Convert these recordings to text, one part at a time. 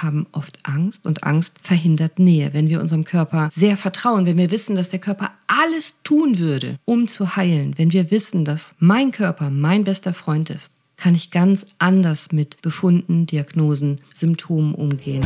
haben oft Angst und Angst verhindert Nähe. Wenn wir unserem Körper sehr vertrauen, wenn wir wissen, dass der Körper alles tun würde, um zu heilen, wenn wir wissen, dass mein Körper mein bester Freund ist, kann ich ganz anders mit Befunden, Diagnosen, Symptomen umgehen.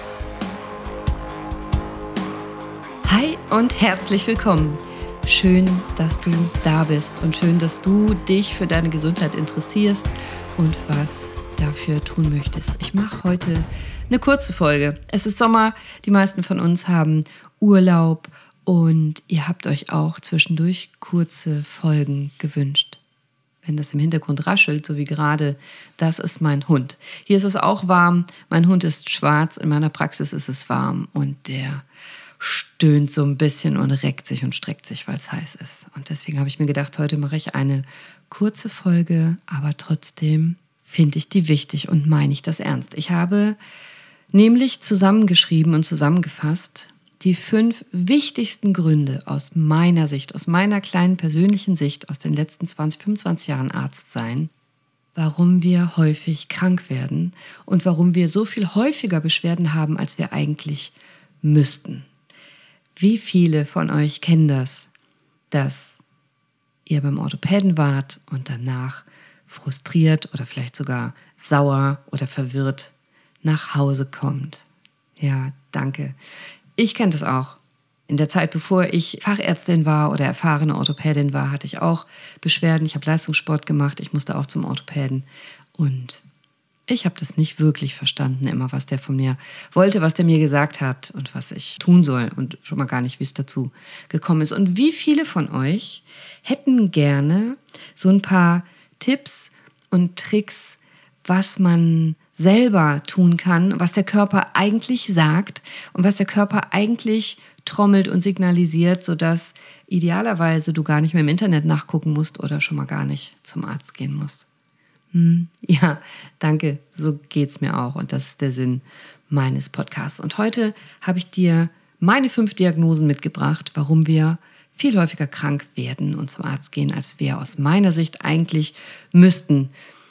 Hi und herzlich willkommen. Schön, dass du da bist und schön, dass du dich für deine Gesundheit interessierst und was dafür tun möchtest. Ich mache heute eine kurze Folge. Es ist Sommer, die meisten von uns haben Urlaub und ihr habt euch auch zwischendurch kurze Folgen gewünscht. Wenn das im Hintergrund raschelt, so wie gerade, das ist mein Hund. Hier ist es auch warm, mein Hund ist schwarz, in meiner Praxis ist es warm und der stöhnt so ein bisschen und reckt sich und streckt sich, weil es heiß ist. Und deswegen habe ich mir gedacht, heute mache ich eine kurze Folge, aber trotzdem finde ich die wichtig und meine ich das ernst. Ich habe nämlich zusammengeschrieben und zusammengefasst die 5 wichtigsten Gründe aus meiner Sicht, aus meiner kleinen persönlichen Sicht, aus den letzten 20, 25 Jahren Arztsein, warum wir häufig krank werden und warum wir so viel häufiger Beschwerden haben, als wir eigentlich müssten. Wie viele von euch kennen das, dass ihr beim Orthopäden wart und danach frustriert oder vielleicht sogar sauer oder verwirrt nach Hause kommt? Ja, danke. Ich kenne das auch. In der Zeit, bevor ich Fachärztin war oder erfahrene Orthopädin war, hatte ich auch Beschwerden. Ich habe Leistungssport gemacht, ich musste auch zum Orthopäden und ich habe das nicht wirklich verstanden, immer was der von mir wollte, was der mir gesagt hat und was ich tun soll und schon mal gar nicht, wie es dazu gekommen ist. Und wie viele von euch hätten gerne so ein paar Tipps und Tricks, was man selber tun kann, was der Körper eigentlich sagt und was der Körper eigentlich trommelt und signalisiert, sodass idealerweise du gar nicht mehr im Internet nachgucken musst oder schon mal gar nicht zum Arzt gehen musst. Ja, danke, so geht's mir auch und das ist der Sinn meines Podcasts. Und heute habe ich dir meine 5 Diagnosen mitgebracht, warum wir viel häufiger krank werden und zum Arzt gehen, als wir aus meiner Sicht eigentlich müssten.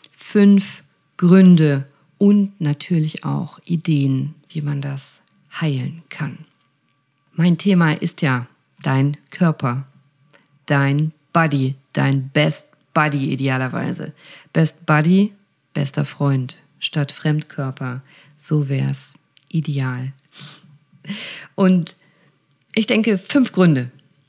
5 Gründe und natürlich auch Ideen, wie man das heilen kann. Mein Thema ist ja dein Körper, dein Body, dein Best Buddy idealerweise. Best Buddy, bester Freund statt Fremdkörper. So wär's ideal. Und ich denke, 5 Gründe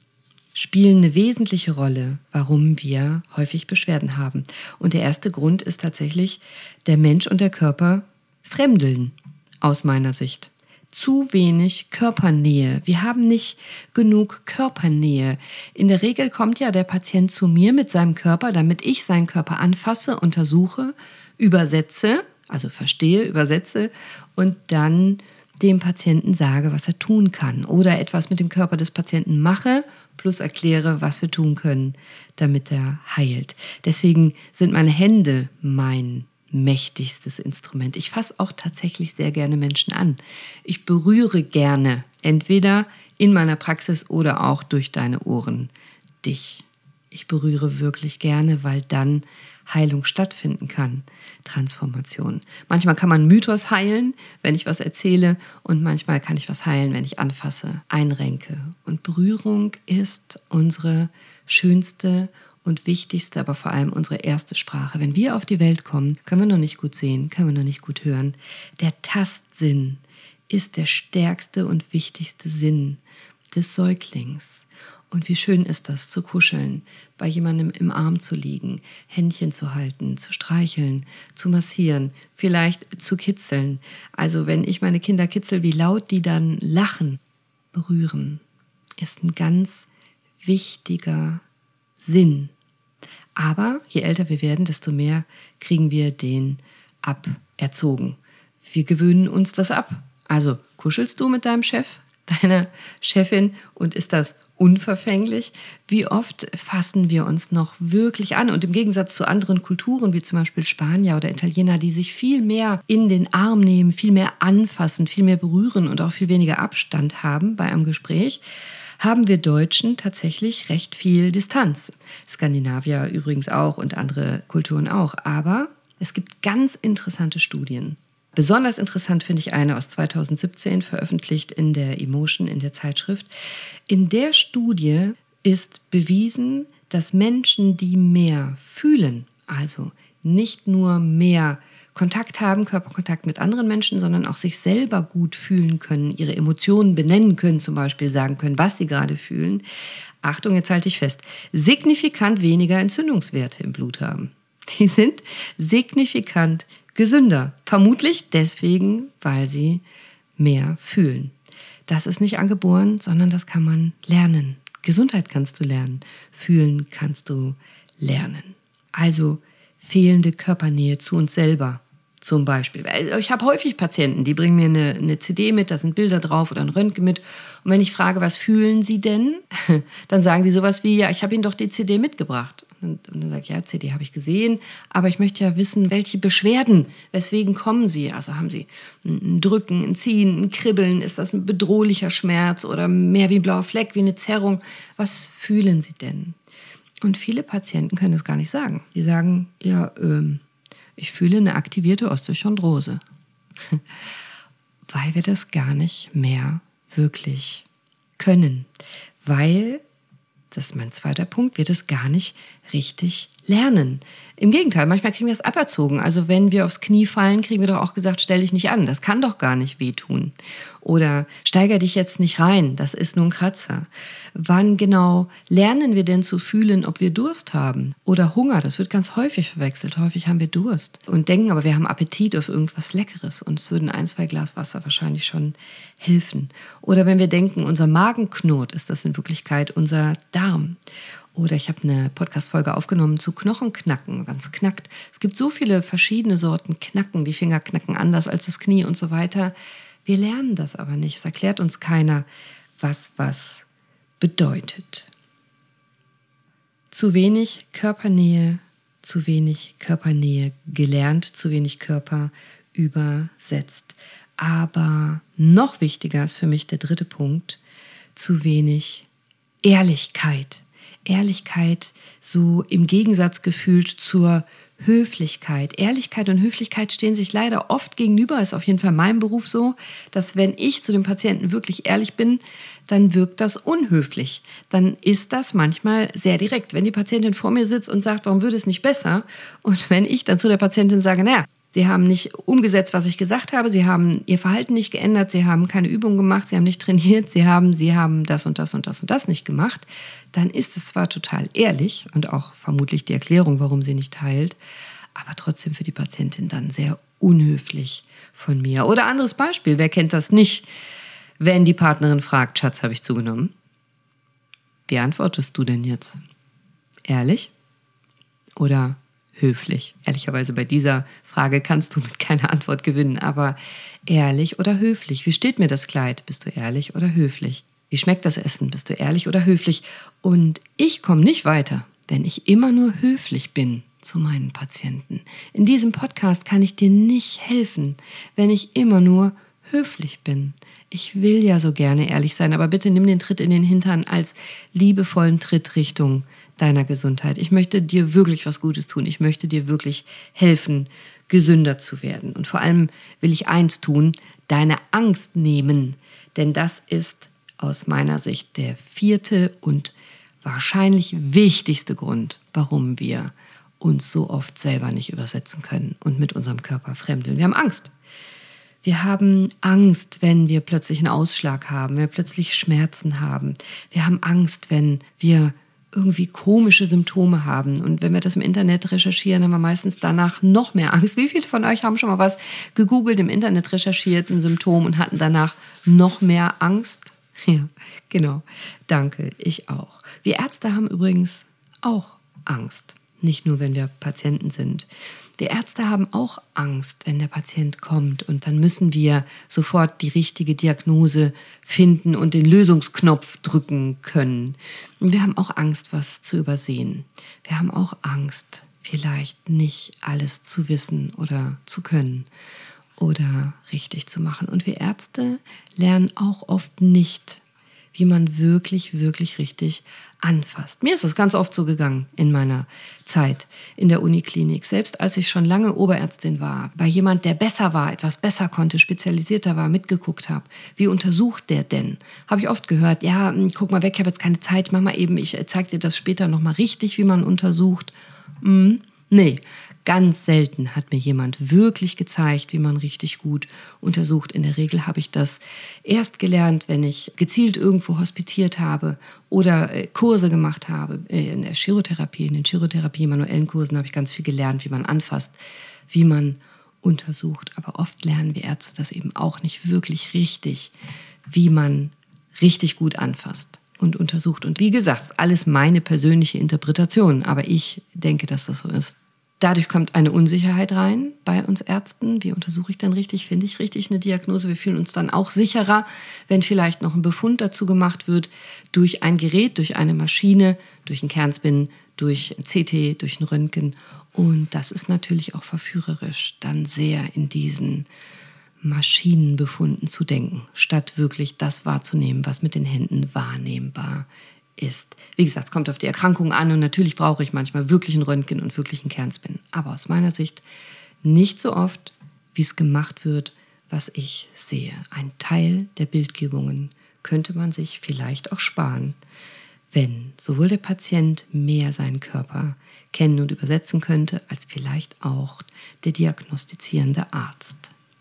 spielen eine wesentliche Rolle, warum wir häufig Beschwerden haben. Und der erste Grund ist tatsächlich, der Mensch und der Körper fremdeln, aus meiner Sicht. Zu wenig Körpernähe. Wir haben nicht genug Körpernähe. In der Regel kommt ja der Patient zu mir mit seinem Körper, damit ich seinen Körper anfasse, untersuche, übersetze, also verstehe, übersetze und dann dem Patienten sage, was er tun kann oder etwas mit dem Körper des Patienten mache, plus erkläre, was wir tun können, damit er heilt. Deswegen sind meine Hände mein mächtigstes Instrument. Ich fasse auch tatsächlich sehr gerne Menschen an. Ich berühre gerne, entweder in meiner Praxis oder auch durch deine Ohren, dich. Ich berühre wirklich gerne, weil dann Heilung stattfinden kann, Transformation. Manchmal kann man Mythos heilen, wenn ich was erzähle, und manchmal kann ich was heilen, wenn ich anfasse, einrenke. Und Berührung ist unsere schönste und wichtigste, aber vor allem unsere erste Sprache. Wenn wir auf die Welt kommen, können wir noch nicht gut sehen, können wir noch nicht gut hören. Der Tastsinn ist der stärkste und wichtigste Sinn des Säuglings. Und wie schön ist das, zu kuscheln, bei jemandem im Arm zu liegen, Händchen zu halten, zu streicheln, zu massieren, vielleicht zu kitzeln. Also wenn ich meine Kinder kitzel, wie laut die dann lachen. Berühren ist ein ganz wichtiger Sinn. Aber je älter wir werden, desto mehr kriegen wir den aberzogen. Wir gewöhnen uns das ab. Also kuschelst du mit deinem Chef, deiner Chefin und ist das unverfänglich? Wie oft fassen wir uns noch wirklich an? Und im Gegensatz zu anderen Kulturen, wie zum Beispiel Spanier oder Italiener, die sich viel mehr in den Arm nehmen, viel mehr anfassen, viel mehr berühren und auch viel weniger Abstand haben bei einem Gespräch, haben wir Deutschen tatsächlich recht viel Distanz. Skandinavier übrigens auch und andere Kulturen auch. Aber es gibt ganz interessante Studien, Besonders interessant finde ich eine aus 2017, veröffentlicht in der Emotion, in der Zeitschrift. In der Studie ist bewiesen, dass Menschen, die mehr fühlen, also nicht nur mehr Kontakt haben, Körperkontakt mit anderen Menschen, sondern auch sich selber gut fühlen können, ihre Emotionen benennen können, zum Beispiel sagen können, was sie gerade fühlen. Achtung, jetzt halte ich fest, signifikant weniger Entzündungswerte im Blut haben. Die sind signifikant gesünder. Vermutlich deswegen, weil sie mehr fühlen. Das ist nicht angeboren, sondern das kann man lernen. Gesundheit kannst du lernen. Fühlen kannst du lernen. Also fehlende Körpernähe zu uns selber zum Beispiel. Ich habe häufig Patienten, die bringen mir eine CD mit, da sind Bilder drauf oder ein Röntgen mit. Und wenn ich frage, was fühlen sie denn? Dann sagen die sowas wie, ja, ich habe ihnen doch die CD mitgebracht. Und dann sage ich, ja, CD habe ich gesehen, aber ich möchte ja wissen, welche Beschwerden, weswegen kommen sie? Also haben sie ein Drücken, ein Ziehen, ein Kribbeln, ist das ein bedrohlicher Schmerz oder mehr wie ein blauer Fleck, wie eine Zerrung? Was fühlen sie denn? Und viele Patienten können es gar nicht sagen. Die sagen, ja, ich fühle eine aktivierte Osteochondrose, weil wir das gar nicht mehr wirklich können, weil, das ist mein zweiter Punkt, wir das gar nicht richtig lernen. Im Gegenteil, manchmal kriegen wir es aberzogen. Also wenn wir aufs Knie fallen, kriegen wir doch auch gesagt, stell dich nicht an, das kann doch gar nicht wehtun. Oder steiger dich jetzt nicht rein, das ist nur ein Kratzer. Wann genau lernen wir denn zu fühlen, ob wir Durst haben? Oder Hunger, das wird ganz häufig verwechselt. Häufig haben wir Durst und denken aber, wir haben Appetit auf irgendwas Leckeres und es würden 1, 2 Glas Wasser wahrscheinlich schon helfen. Oder wenn wir denken, unser Magen knurrt, ist das in Wirklichkeit unser Darm. Oder ich habe eine Podcast-Folge aufgenommen zu Knochenknacken, wann es knackt. Es gibt so viele verschiedene Sorten Knacken. Die Finger knacken anders als das Knie und so weiter. Wir lernen das aber nicht. Es erklärt uns keiner, was bedeutet. Zu wenig Körpernähe gelernt, zu wenig Körper übersetzt. Aber noch wichtiger ist für mich der dritte Punkt, zu wenig Ehrlichkeit. Ehrlichkeit so im Gegensatz gefühlt zur Höflichkeit. Ehrlichkeit und Höflichkeit stehen sich leider oft gegenüber, ist auf jeden Fall in meinem Beruf so, dass wenn ich zu dem Patienten wirklich ehrlich bin, dann wirkt das unhöflich. Dann ist das manchmal sehr direkt. Wenn die Patientin vor mir sitzt und sagt, warum würde es nicht besser? Und wenn ich dann zu der Patientin sage, naja, Sie haben nicht umgesetzt, was ich gesagt habe. Sie haben Ihr Verhalten nicht geändert. Sie haben keine Übung gemacht. Sie haben nicht trainiert. Sie haben das und das und das und das nicht gemacht. Dann ist es zwar total ehrlich und auch vermutlich die Erklärung, warum sie nicht heilt, aber trotzdem für die Patientin dann sehr unhöflich von mir. Oder anderes Beispiel. Wer kennt das nicht? Wenn die Partnerin fragt, Schatz, habe ich zugenommen? Wie antwortest du denn jetzt? Ehrlich oder höflich? Ehrlicherweise bei dieser Frage kannst du mit keiner Antwort gewinnen, aber ehrlich oder höflich? Wie steht mir das Kleid? Bist du ehrlich oder höflich? Wie schmeckt das Essen? Bist du ehrlich oder höflich? Und ich komme nicht weiter, wenn ich immer nur höflich bin zu meinen Patienten. In diesem Podcast kann ich dir nicht helfen, wenn ich immer nur höflich bin. Ich will ja so gerne ehrlich sein, aber bitte nimm den Tritt in den Hintern als liebevollen Tritt Richtung deiner Gesundheit. Ich möchte dir wirklich was Gutes tun. Ich möchte dir wirklich helfen, gesünder zu werden. Und vor allem will ich eins tun, deine Angst nehmen. Denn das ist aus meiner Sicht der 4. und wahrscheinlich wichtigste Grund, warum wir uns so oft selber nicht übersetzen können und mit unserem Körper fremdeln. Wir haben Angst. Wir haben Angst, wenn wir plötzlich einen Ausschlag haben, wenn wir plötzlich Schmerzen haben. Wir haben Angst, wenn wir irgendwie komische Symptome haben. Und wenn wir das im Internet recherchieren, haben wir meistens danach noch mehr Angst. Wie viele von euch haben schon mal was gegoogelt, im Internet recherchiert, ein Symptom und hatten danach noch mehr Angst? Ja, genau. Danke, ich auch. Wir Ärzte haben übrigens auch Angst. Nicht nur, wenn wir Patienten sind. Wir Ärzte haben auch Angst, wenn der Patient kommt und dann müssen wir sofort die richtige Diagnose finden und den Lösungsknopf drücken können. Und wir haben auch Angst, was zu übersehen. Wir haben auch Angst, vielleicht nicht alles zu wissen oder zu können oder richtig zu machen. Und wir Ärzte lernen auch oft nicht, wie man wirklich, wirklich richtig anfasst. Mir ist das ganz oft so gegangen in meiner Zeit in der Uniklinik. Selbst als ich schon lange Oberärztin war, bei jemand, der besser war, etwas besser konnte, spezialisierter war, mitgeguckt habe. Wie untersucht der denn? Habe ich oft gehört, ja, guck mal weg, ich habe jetzt keine Zeit, mach mal eben, ich zeige dir das später nochmal richtig, wie man untersucht. Nee, ganz selten hat mir jemand wirklich gezeigt, wie man richtig gut untersucht. In der Regel habe ich das erst gelernt, wenn ich gezielt irgendwo hospitiert habe oder Kurse gemacht habe. In der Chirotherapie, in den Chirotherapie-manuellen Kursen habe ich ganz viel gelernt, wie man anfasst, wie man untersucht. Aber oft lernen wir Ärzte das eben auch nicht wirklich richtig, wie man richtig gut anfasst und untersucht. Und wie gesagt, das ist alles meine persönliche Interpretation, aber ich denke, dass das so ist. Dadurch kommt eine Unsicherheit rein bei uns Ärzten. Wie untersuche ich denn richtig? Finde ich richtig eine Diagnose? Wir fühlen uns dann auch sicherer, wenn vielleicht noch ein Befund dazu gemacht wird durch ein Gerät, durch eine Maschine, durch einen Kernspin, durch ein CT, durch ein Röntgen. Und das ist natürlich auch verführerisch, dann sehr in diesen Maschinenbefunden zu denken, statt wirklich das wahrzunehmen, was mit den Händen wahrnehmbar ist. Wie gesagt, es kommt auf die Erkrankung an und natürlich brauche ich manchmal wirklich ein Röntgen und wirklich einen Kernspin. Aber aus meiner Sicht nicht so oft, wie es gemacht wird, was ich sehe. Ein Teil der Bildgebungen könnte man sich vielleicht auch sparen, wenn sowohl der Patient mehr seinen Körper kennen und übersetzen könnte, als vielleicht auch der diagnostizierende Arzt.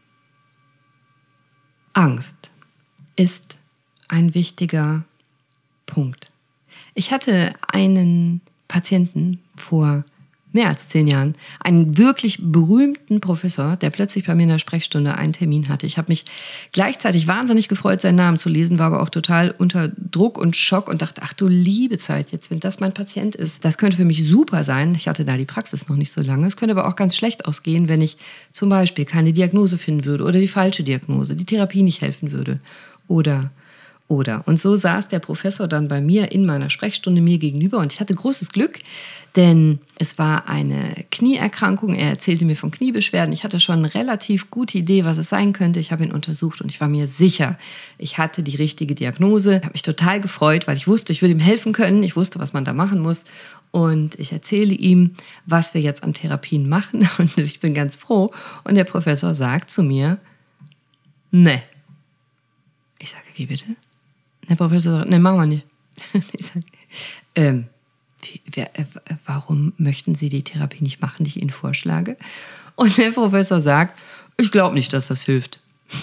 Angst ist ein wichtiger Punkt. Ich hatte einen Patienten vor mehr als 10 Jahren, einen wirklich berühmten Professor, der plötzlich bei mir in der Sprechstunde einen Termin hatte. Ich habe mich gleichzeitig wahnsinnig gefreut, seinen Namen zu lesen, war aber auch total unter Druck und Schock und dachte, ach du liebe Zeit, jetzt wenn das mein Patient ist, das könnte für mich super sein. Ich hatte da die Praxis noch nicht so lange. Es könnte aber auch ganz schlecht ausgehen, wenn ich zum Beispiel keine Diagnose finden würde oder die falsche Diagnose, die Therapie nicht helfen würde oder. Und so saß der Professor dann bei mir in meiner Sprechstunde mir gegenüber und ich hatte großes Glück, denn es war eine Knieerkrankung. Er erzählte mir von Kniebeschwerden. Ich hatte schon eine relativ gute Idee, was es sein könnte. Ich habe ihn untersucht und ich war mir sicher, ich hatte die richtige Diagnose. Ich habe mich total gefreut, weil ich wusste, ich würde ihm helfen können. Ich wusste, was man da machen muss. Und ich erzähle ihm, was wir jetzt an Therapien machen und ich bin ganz froh. Und der Professor sagt zu mir, ne. Ich sage, wie bitte? Der Professor sagt, ne, machen wir nicht. Ich sage, warum möchten Sie die Therapie nicht machen, die ich Ihnen vorschlage? Und der Professor sagt, ich glaube nicht, dass das hilft.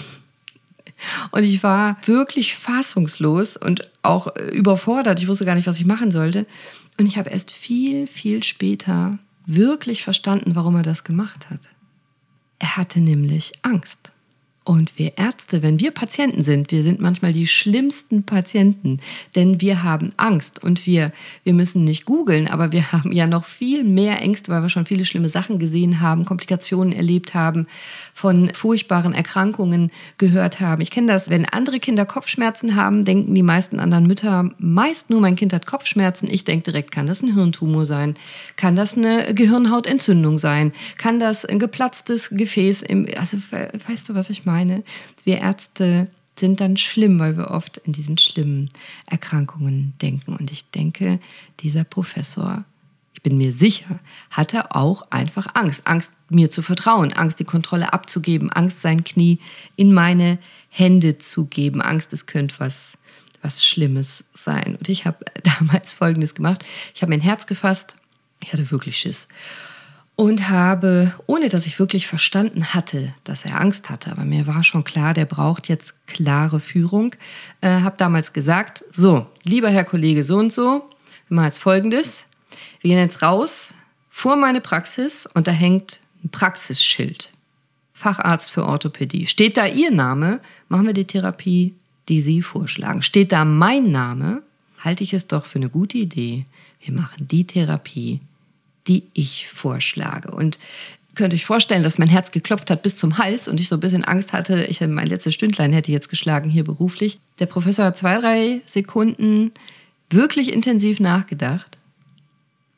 Und ich war wirklich fassungslos und auch überfordert. Ich wusste gar nicht, was ich machen sollte. Und ich habe erst viel, viel später wirklich verstanden, warum er das gemacht hat. Er hatte nämlich Angst. Und wir Ärzte, wenn wir Patienten sind, wir sind manchmal die schlimmsten Patienten, denn wir haben Angst und wir müssen nicht googeln, aber wir haben ja noch viel mehr Ängste, weil wir schon viele schlimme Sachen gesehen haben, Komplikationen erlebt haben, von furchtbaren Erkrankungen gehört haben. Ich kenne das, wenn andere Kinder Kopfschmerzen haben, denken die meisten anderen Mütter meist nur, mein Kind hat Kopfschmerzen. Ich denke direkt, kann das ein Hirntumor sein? Kann das eine Gehirnhautentzündung sein? Kann das ein geplatztes Gefäß? Also weißt du, was ich meine? Wir Ärzte sind dann schlimm, weil wir oft in diesen schlimmen Erkrankungen denken. Und ich denke, dieser Professor, ich bin mir sicher, hatte auch einfach Angst. Angst, mir zu vertrauen, Angst, die Kontrolle abzugeben, Angst, sein Knie in meine Hände zu geben, Angst, es könnte was Schlimmes sein. Und ich habe damals Folgendes gemacht. Ich habe mein Herz gefasst. Ich hatte wirklich Schiss. Und habe, ohne dass ich wirklich verstanden hatte, dass er Angst hatte, aber mir war schon klar, der braucht jetzt klare Führung, habe damals gesagt, so, lieber Herr Kollege so und so, wir machen jetzt Folgendes, wir gehen jetzt raus vor meine Praxis und da hängt ein Praxisschild, Facharzt für Orthopädie. Steht da Ihr Name, machen wir die Therapie, die Sie vorschlagen. Steht da mein Name, halte ich es doch für eine gute Idee, wir machen die Therapie, die ich vorschlage. Und könnt euch vorstellen, dass mein Herz geklopft hat bis zum Hals und ich so ein bisschen Angst hatte, mein letztes Stündlein hätte jetzt geschlagen hier beruflich. Der Professor hat 2-3 Sekunden wirklich intensiv nachgedacht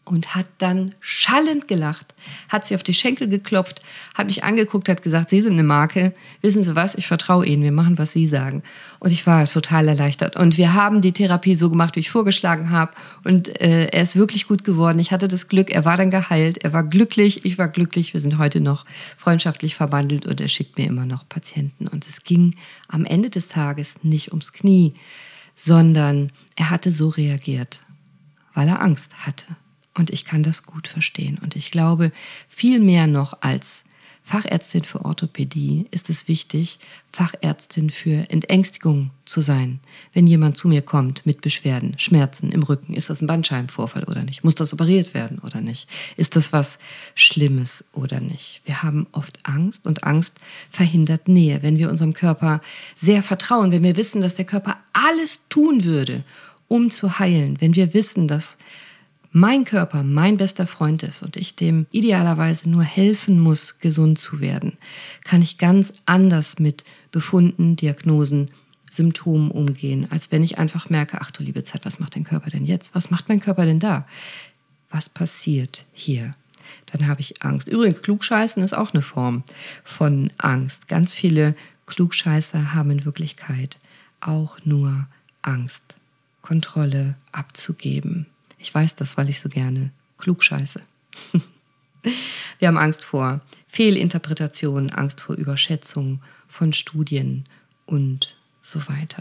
und hat dann schallend gelacht, hat sie auf die Schenkel geklopft, hat mich angeguckt, hat gesagt, Sie sind eine Marke, wissen Sie was, ich vertraue Ihnen, wir machen, was Sie sagen. Und ich war total erleichtert. Und wir haben die Therapie so gemacht, wie ich vorgeschlagen habe. Und er ist wirklich gut geworden. Ich hatte das Glück, er war dann geheilt, er war glücklich, ich war glücklich. Wir sind heute noch freundschaftlich verbandelt und er schickt mir immer noch Patienten. Und es ging am Ende des Tages nicht ums Knie, sondern er hatte so reagiert, weil er Angst hatte. Und ich kann das gut verstehen. Und ich glaube, viel mehr noch als Fachärztin für Orthopädie ist es wichtig, Fachärztin für Entängstigung zu sein. Wenn jemand zu mir kommt mit Beschwerden, Schmerzen im Rücken, ist das ein Bandscheibenvorfall oder nicht? Muss das operiert werden oder nicht? Ist das was Schlimmes oder nicht? Wir haben oft Angst und Angst verhindert Nähe. Wenn wir unserem Körper sehr vertrauen, wenn wir wissen, dass der Körper alles tun würde, um zu heilen, wenn wir wissen, dass mein Körper mein bester Freund ist und ich dem idealerweise nur helfen muss, gesund zu werden, kann ich ganz anders mit Befunden, Diagnosen, Symptomen umgehen, als wenn ich einfach merke, ach du liebe Zeit, was macht dein Körper denn jetzt? Was macht mein Körper denn da? Was passiert hier? Dann habe ich Angst. Übrigens, Klugscheißen ist auch eine Form von Angst. Ganz viele Klugscheißer haben in Wirklichkeit auch nur Angst, Kontrolle abzugeben. Ich weiß das, weil ich so gerne klug scheiße. Wir haben Angst vor Fehlinterpretationen, Angst vor Überschätzung von Studien und so weiter.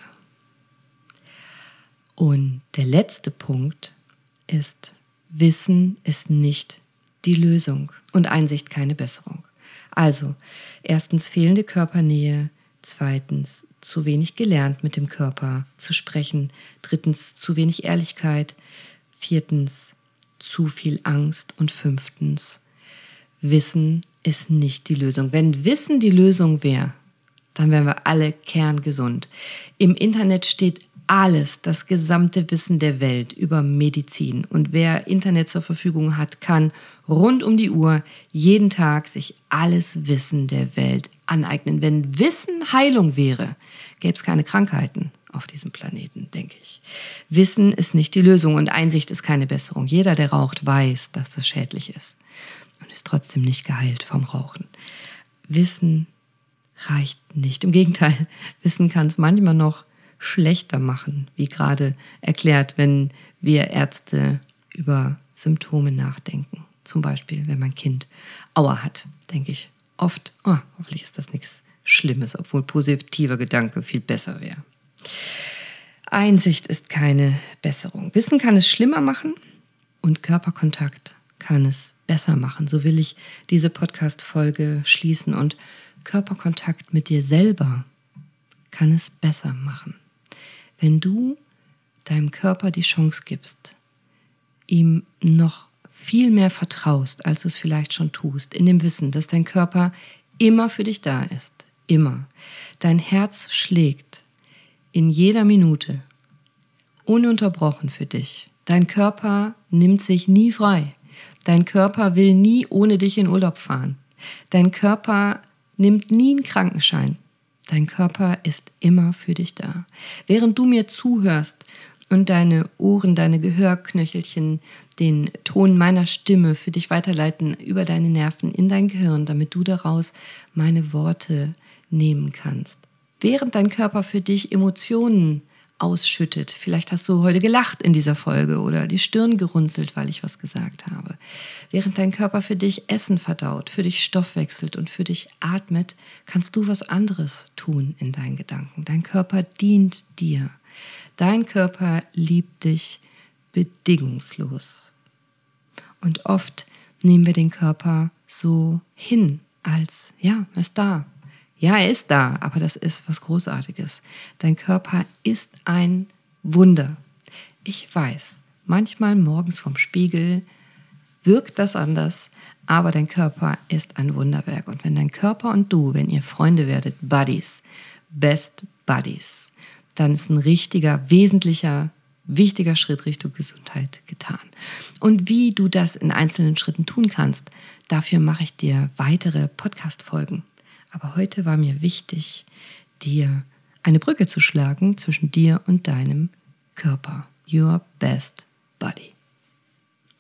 Und der letzte Punkt ist, Wissen ist nicht die Lösung und Einsicht keine Besserung. Also, erstens fehlende Körpernähe, zweitens zu wenig gelernt mit dem Körper zu sprechen, drittens zu wenig Ehrlichkeit, viertens, zu viel Angst und fünftens, Wissen ist nicht die Lösung. Wenn Wissen die Lösung wäre, dann wären wir alle kerngesund. Im Internet steht alles, das gesamte Wissen der Welt über Medizin. Und wer Internet zur Verfügung hat, kann rund um die Uhr jeden Tag sich alles Wissen der Welt aneignen. Wenn Wissen Heilung wäre, gäbe es keine Krankheiten auf diesem Planeten, denke ich. Wissen ist nicht die Lösung und Einsicht ist keine Besserung. Jeder, der raucht, weiß, dass das schädlich ist und ist trotzdem nicht geheilt vom Rauchen. Wissen reicht nicht. Im Gegenteil, Wissen kann es manchmal noch schlechter machen, wie gerade erklärt, wenn wir Ärzte über Symptome nachdenken. Zum Beispiel, wenn mein Kind Aua hat, denke ich oft, hoffentlich ist das nichts Schlimmes, obwohl positiver Gedanke viel besser wäre. Einsicht ist keine Besserung. Wissen kann es schlimmer machen und Körperkontakt kann es besser machen. So will ich diese Podcast-Folge schließen. Und Körperkontakt mit dir selber kann es besser machen. Wenn du deinem Körper die Chance gibst, ihm noch viel mehr vertraust, als du es vielleicht schon tust, in dem Wissen, dass dein Körper immer für dich da ist, immer. Dein Herz schlägt in jeder Minute ununterbrochen für dich. Dein Körper nimmt sich nie frei. Dein Körper will nie ohne dich in Urlaub fahren. Dein Körper nimmt nie einen Krankenschein. Dein Körper ist immer für dich da. Während du mir zuhörst und deine Ohren, deine Gehörknöchelchen den Ton meiner Stimme für dich weiterleiten über deine Nerven in dein Gehirn, damit du daraus meine Worte nehmen kannst. Während dein Körper für dich Emotionen ausschüttet, vielleicht hast du heute gelacht in dieser Folge oder die Stirn gerunzelt, weil ich was gesagt habe. Während dein Körper für dich Essen verdaut, für dich stoffwechselt und für dich atmet, kannst du was anderes tun in deinen Gedanken. Dein Körper dient dir. Dein Körper liebt dich bedingungslos. Und oft nehmen wir den Körper so hin, als ja, er ist da. Ja, er ist da, aber das ist was Großartiges. Dein Körper ist ein Wunder. Ich weiß, manchmal morgens vorm Spiegel wirkt das anders, aber dein Körper ist ein Wunderwerk. Und wenn dein Körper und du, wenn ihr Freunde werdet, Buddies, Best Buddies, dann ist ein richtiger, wesentlicher, wichtiger Schritt Richtung Gesundheit getan. Und wie du das in einzelnen Schritten tun kannst, dafür mache ich dir weitere Podcast-Folgen. Aber heute war mir wichtig, dir eine Brücke zu schlagen zwischen dir und deinem Körper. Your best buddy.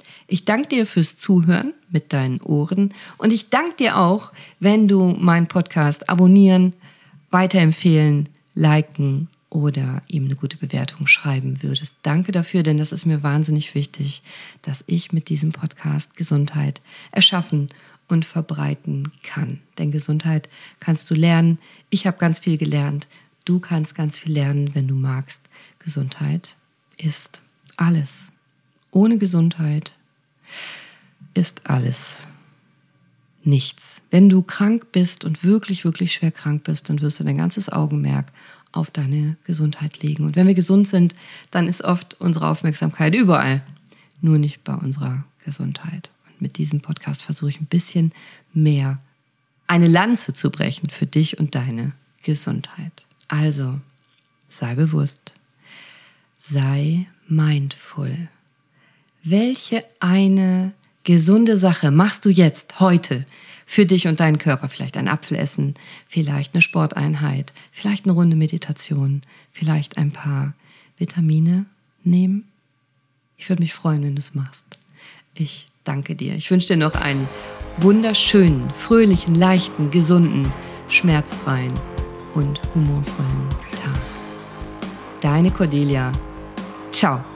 Ich danke dir fürs Zuhören mit deinen Ohren und ich danke dir auch, wenn du meinen Podcast abonnieren, weiterempfehlen, liken oder ihm eine gute Bewertung schreiben würdest. Danke dafür, denn das ist mir wahnsinnig wichtig, dass ich mit diesem Podcast Gesundheit erschaffen und verbreiten kann. Denn Gesundheit kannst du lernen. Ich habe ganz viel gelernt. Du kannst ganz viel lernen, wenn du magst. Gesundheit ist alles. Ohne Gesundheit ist alles nichts. Wenn du krank bist und wirklich, wirklich schwer krank bist, dann wirst du dein ganzes Augenmerk auf deine Gesundheit legen. Und wenn wir gesund sind, dann ist oft unsere Aufmerksamkeit überall, nur nicht bei unserer Gesundheit. Und mit diesem Podcast versuche ich ein bisschen mehr eine Lanze zu brechen für dich und deine Gesundheit. Also, sei bewusst, sei mindful. Welche eine gesunde Sache machst du jetzt, heute, für dich und deinen Körper? Vielleicht ein Apfel essen, vielleicht eine Sporteinheit, vielleicht eine Runde Meditation, vielleicht ein paar Vitamine nehmen? Ich würde mich freuen, wenn du es machst. Ich danke dir. Ich wünsche dir noch einen wunderschönen, fröhlichen, leichten, gesunden, schmerzfreien und humorvollen Tag. Deine Cordelia. Ciao.